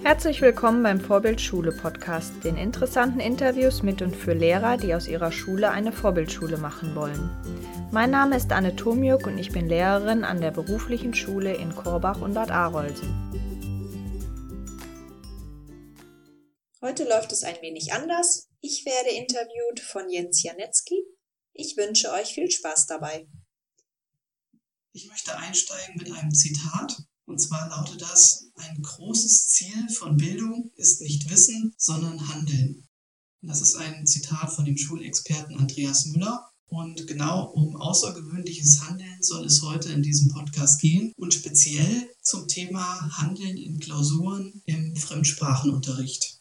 Herzlich willkommen beim Vorbild-Schule-Podcast, den interessanten Interviews mit und für Lehrer, die aus ihrer Schule eine Vorbildschule machen wollen. Mein Name ist Anne Tomjuk und ich bin Lehrerin an der beruflichen Schule in Korbach und Bad Arolsen. Heute läuft es ein wenig anders. Ich werde interviewt von Jens Janetzki. Ich wünsche euch viel Spaß dabei. Ich möchte einsteigen mit einem Zitat. Und zwar lautet das: Ein großes Ziel von Bildung ist nicht Wissen, sondern Handeln. Und das ist ein Zitat von dem Schulexperten Andreas Müller. Und genau um außergewöhnliches Handeln soll es heute in diesem Podcast gehen und speziell zum Thema Handeln in Klausuren im Fremdsprachenunterricht.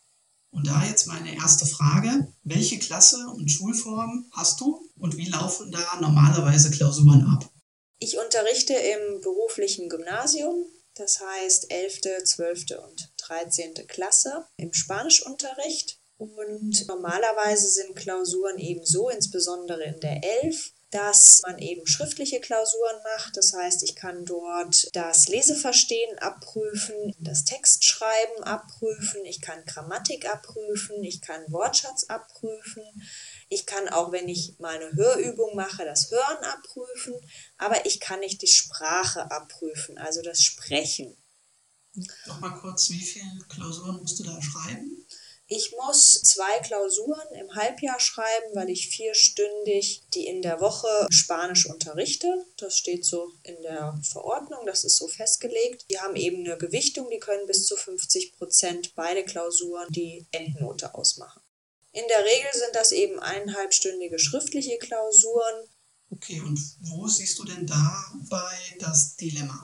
Und da jetzt meine erste Frage: Welche Klasse und Schulform hast du und wie laufen da normalerweise Klausuren ab? Ich unterrichte im beruflichen Gymnasium, das heißt 11., 12. und 13. Klasse im Spanischunterricht. Und normalerweise sind Klausuren eben so, insbesondere in der 11, dass man eben schriftliche Klausuren macht. Das heißt, ich kann dort das Leseverstehen abprüfen, das Textschreiben abprüfen, ich kann Grammatik abprüfen, ich kann Wortschatz abprüfen. Ich kann auch, wenn ich mal eine Hörübung mache, das Hören abprüfen, aber ich kann nicht die Sprache abprüfen, also das Sprechen. Noch mal kurz, wie viele Klausuren musst du da schreiben? Ich muss 2 Klausuren im Halbjahr schreiben, weil ich 4-stündig die in der Woche Spanisch unterrichte. Das steht so in der Verordnung, das ist so festgelegt. Die haben eben eine Gewichtung, die können bis zu 50% beide Klausuren die Endnote ausmachen. In der Regel sind das eben 1,5-stündige schriftliche Klausuren. Okay, und wo siehst du denn dabei das Dilemma?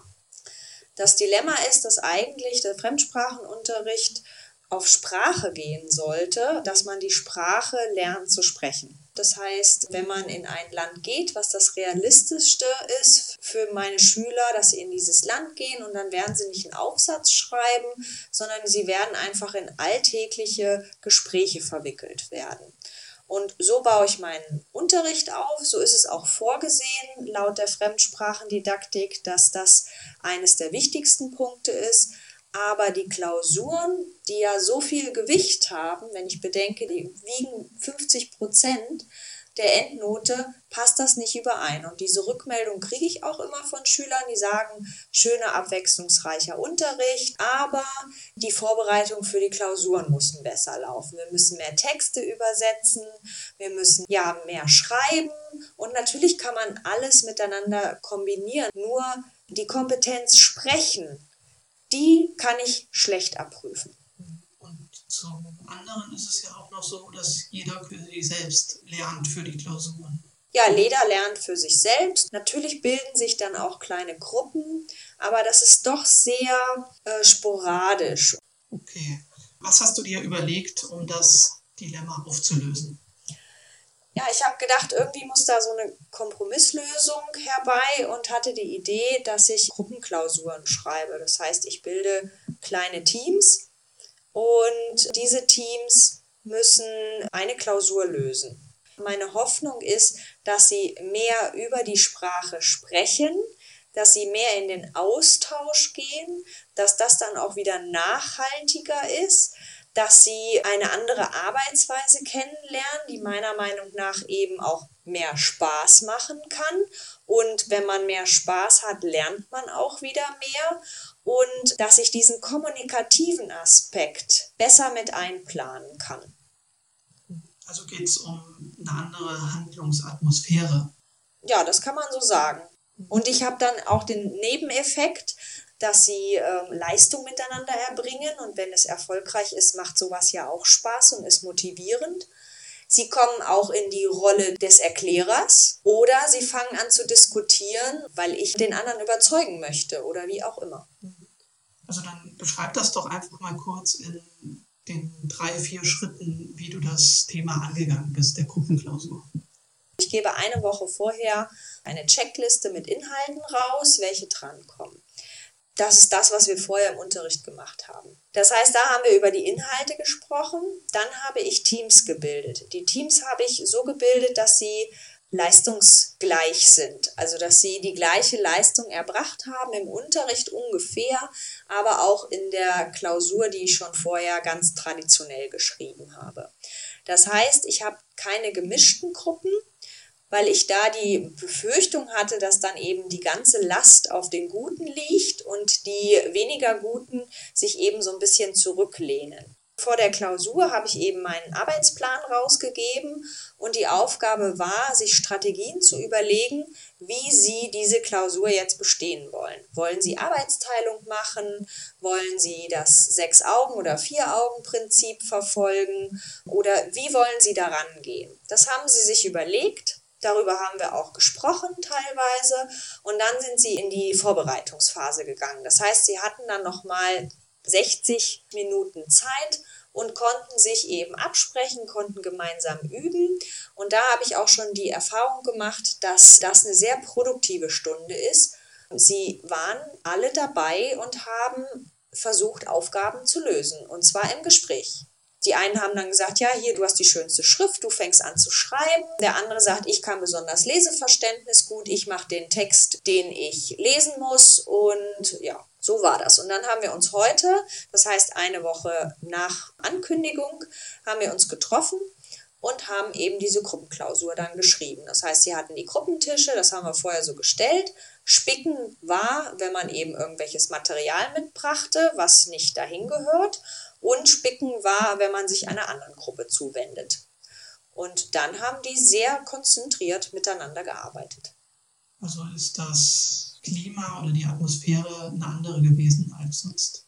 Das Dilemma ist, dass eigentlich der Fremdsprachenunterricht auf Sprache gehen sollte, dass man die Sprache lernt zu sprechen. Das heißt, wenn man in ein Land geht, was das Realistischste ist für meine Schüler, dass sie in dieses Land gehen und dann werden sie nicht einen Aufsatz schreiben, sondern sie werden einfach in alltägliche Gespräche verwickelt werden. Und so baue ich meinen Unterricht auf, so ist es auch vorgesehen, laut der Fremdsprachendidaktik, dass das eines der wichtigsten Punkte ist. Aber die Klausuren, die ja so viel Gewicht haben, wenn ich bedenke, die wiegen 50% der Endnote, passt das nicht überein. Und diese Rückmeldung kriege ich auch immer von Schülern, die sagen, schöner, abwechslungsreicher Unterricht, aber die Vorbereitung für die Klausuren muss besser laufen. Wir müssen mehr Texte übersetzen, wir müssen mehr schreiben und natürlich kann man alles miteinander kombinieren. Nur die Kompetenz sprechen, die kann ich schlecht abprüfen. Und zum anderen ist es ja auch noch so, dass jeder für sich selbst lernt für die Klausuren. Ja, jeder lernt für sich selbst. Natürlich bilden sich dann auch kleine Gruppen, aber das ist doch sehr sporadisch. Okay. Was hast du dir überlegt, um das Dilemma aufzulösen? Ja, ich habe gedacht, irgendwie muss da so eine Kompromisslösung herbei und hatte die Idee, dass ich Gruppenklausuren schreibe. Das heißt, ich bilde kleine Teams und diese Teams müssen eine Klausur lösen. Meine Hoffnung ist, dass sie mehr über die Sprache sprechen, dass sie mehr in den Austausch gehen, dass das dann auch wieder nachhaltiger ist, dass sie eine andere Arbeitsweise kennenlernen, die meiner Meinung nach eben auch mehr Spaß machen kann. Und wenn man mehr Spaß hat, lernt man auch wieder mehr. Und dass ich diesen kommunikativen Aspekt besser mit einplanen kann. Also geht es um eine andere Handlungsatmosphäre. Ja, das kann man so sagen. Und ich habe dann auch den Nebeneffekt, dass sie Leistung miteinander erbringen und wenn es erfolgreich ist, macht sowas ja auch Spaß und ist motivierend. Sie kommen auch in die Rolle des Erklärers oder sie fangen an zu diskutieren, weil ich den anderen überzeugen möchte oder wie auch immer. Also dann beschreib das doch einfach mal kurz in den 3-4 Schritten, wie du das Thema angegangen bist, der Gruppenklausur. Ich gebe eine Woche vorher eine Checkliste mit Inhalten raus, welche drankommen. Das ist das, was wir vorher im Unterricht gemacht haben. Das heißt, da haben wir über die Inhalte gesprochen. Dann habe ich Teams gebildet. Die Teams habe ich so gebildet, dass sie leistungsgleich sind. Also dass sie die gleiche Leistung erbracht haben im Unterricht ungefähr, aber auch in der Klausur, die ich schon vorher ganz traditionell geschrieben habe. Das heißt, ich habe keine gemischten Gruppen, weil ich da die Befürchtung hatte, dass dann eben die ganze Last auf den Guten liegt und die weniger Guten sich eben so ein bisschen zurücklehnen. Vor der Klausur habe ich eben meinen Arbeitsplan rausgegeben und die Aufgabe war, sich Strategien zu überlegen, wie Sie diese Klausur jetzt bestehen wollen. Wollen Sie Arbeitsteilung machen? Wollen Sie das 6-Augen- oder 4-Augen-Prinzip verfolgen? Oder wie wollen Sie daran gehen? Das haben Sie sich überlegt. Darüber haben wir auch gesprochen teilweise und dann sind Sie in die Vorbereitungsphase gegangen. Das heißt, Sie hatten dann nochmal 60 Minuten Zeit und konnten sich eben absprechen, konnten gemeinsam üben. Und da habe ich auch schon die Erfahrung gemacht, dass das eine sehr produktive Stunde ist. Sie waren alle dabei und haben versucht, Aufgaben zu lösen, und zwar im Gespräch. Die einen haben dann gesagt, ja, hier, du hast die schönste Schrift, du fängst an zu schreiben. Der andere sagt, ich kann besonders Leseverständnis gut, ich mache den Text, den ich lesen muss, und ja, so war das. Und dann haben wir uns heute, das heißt eine Woche nach Ankündigung, haben wir uns getroffen und haben eben diese Gruppenklausur dann geschrieben. Das heißt, sie hatten die Gruppentische, das haben wir vorher so gestellt. Spicken war, wenn man eben irgendwelches Material mitbrachte, was nicht dahin gehört. Und Spicken war, wenn man sich einer anderen Gruppe zuwendet. Und dann haben die sehr konzentriert miteinander gearbeitet. Also ist das Klima oder die Atmosphäre eine andere gewesen als sonst?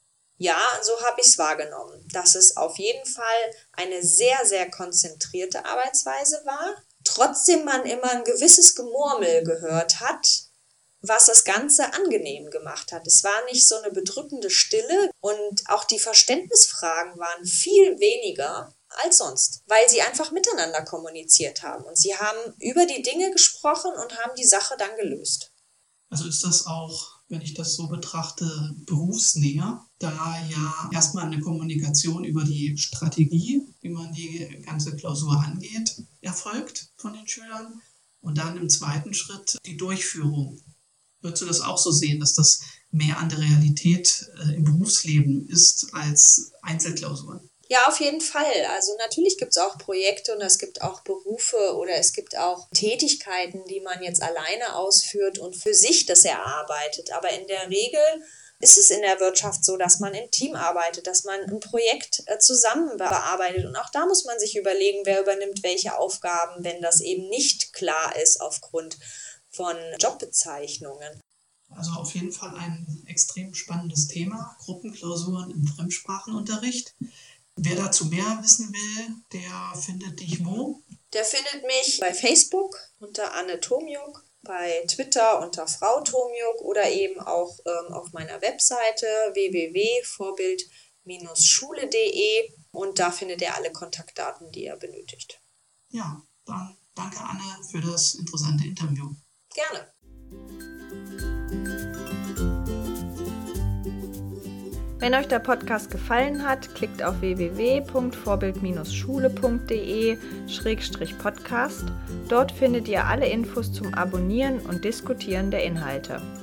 Ja, so habe ich es wahrgenommen, dass es auf jeden Fall eine sehr, sehr konzentrierte Arbeitsweise war. Trotzdem man immer ein gewisses Gemurmel gehört hat, was das Ganze angenehm gemacht hat. Es war nicht so eine bedrückende Stille und auch die Verständnisfragen waren viel weniger als sonst, weil sie einfach miteinander kommuniziert haben und sie haben über die Dinge gesprochen und haben die Sache dann gelöst. Also ist das auch, wenn ich das so betrachte, berufsnäher, da ja erstmal eine Kommunikation über die Strategie, wie man die ganze Klausur angeht, erfolgt von den Schülern und dann im zweiten Schritt die Durchführung. Würdest du das auch so sehen, dass das mehr an der Realität im Berufsleben ist als Einzelklausuren? Ja, auf jeden Fall. Also natürlich gibt es auch Projekte und es gibt auch Berufe oder es gibt auch Tätigkeiten, die man jetzt alleine ausführt und für sich das erarbeitet. Aber in der Regel ist es in der Wirtschaft so, dass man im Team arbeitet, dass man ein Projekt zusammen bearbeitet. Und auch da muss man sich überlegen, wer übernimmt welche Aufgaben, wenn das eben nicht klar ist aufgrund von Jobbezeichnungen. Also auf jeden Fall ein extrem spannendes Thema, Gruppenklausuren im Fremdsprachenunterricht. Wer dazu mehr wissen will, der findet dich wo? Der findet mich bei Facebook unter Anne Tomjuk, bei Twitter unter Frau Tomjuk oder eben auch auf meiner Webseite www.vorbild-schule.de und da findet ihr alle Kontaktdaten, die ihr benötigt. Ja, dann danke Anne für das interessante Interview. Gerne. Wenn euch der Podcast gefallen hat, klickt auf www.vorbild-schule.de/podcast. Dort findet ihr alle Infos zum Abonnieren und Diskutieren der Inhalte.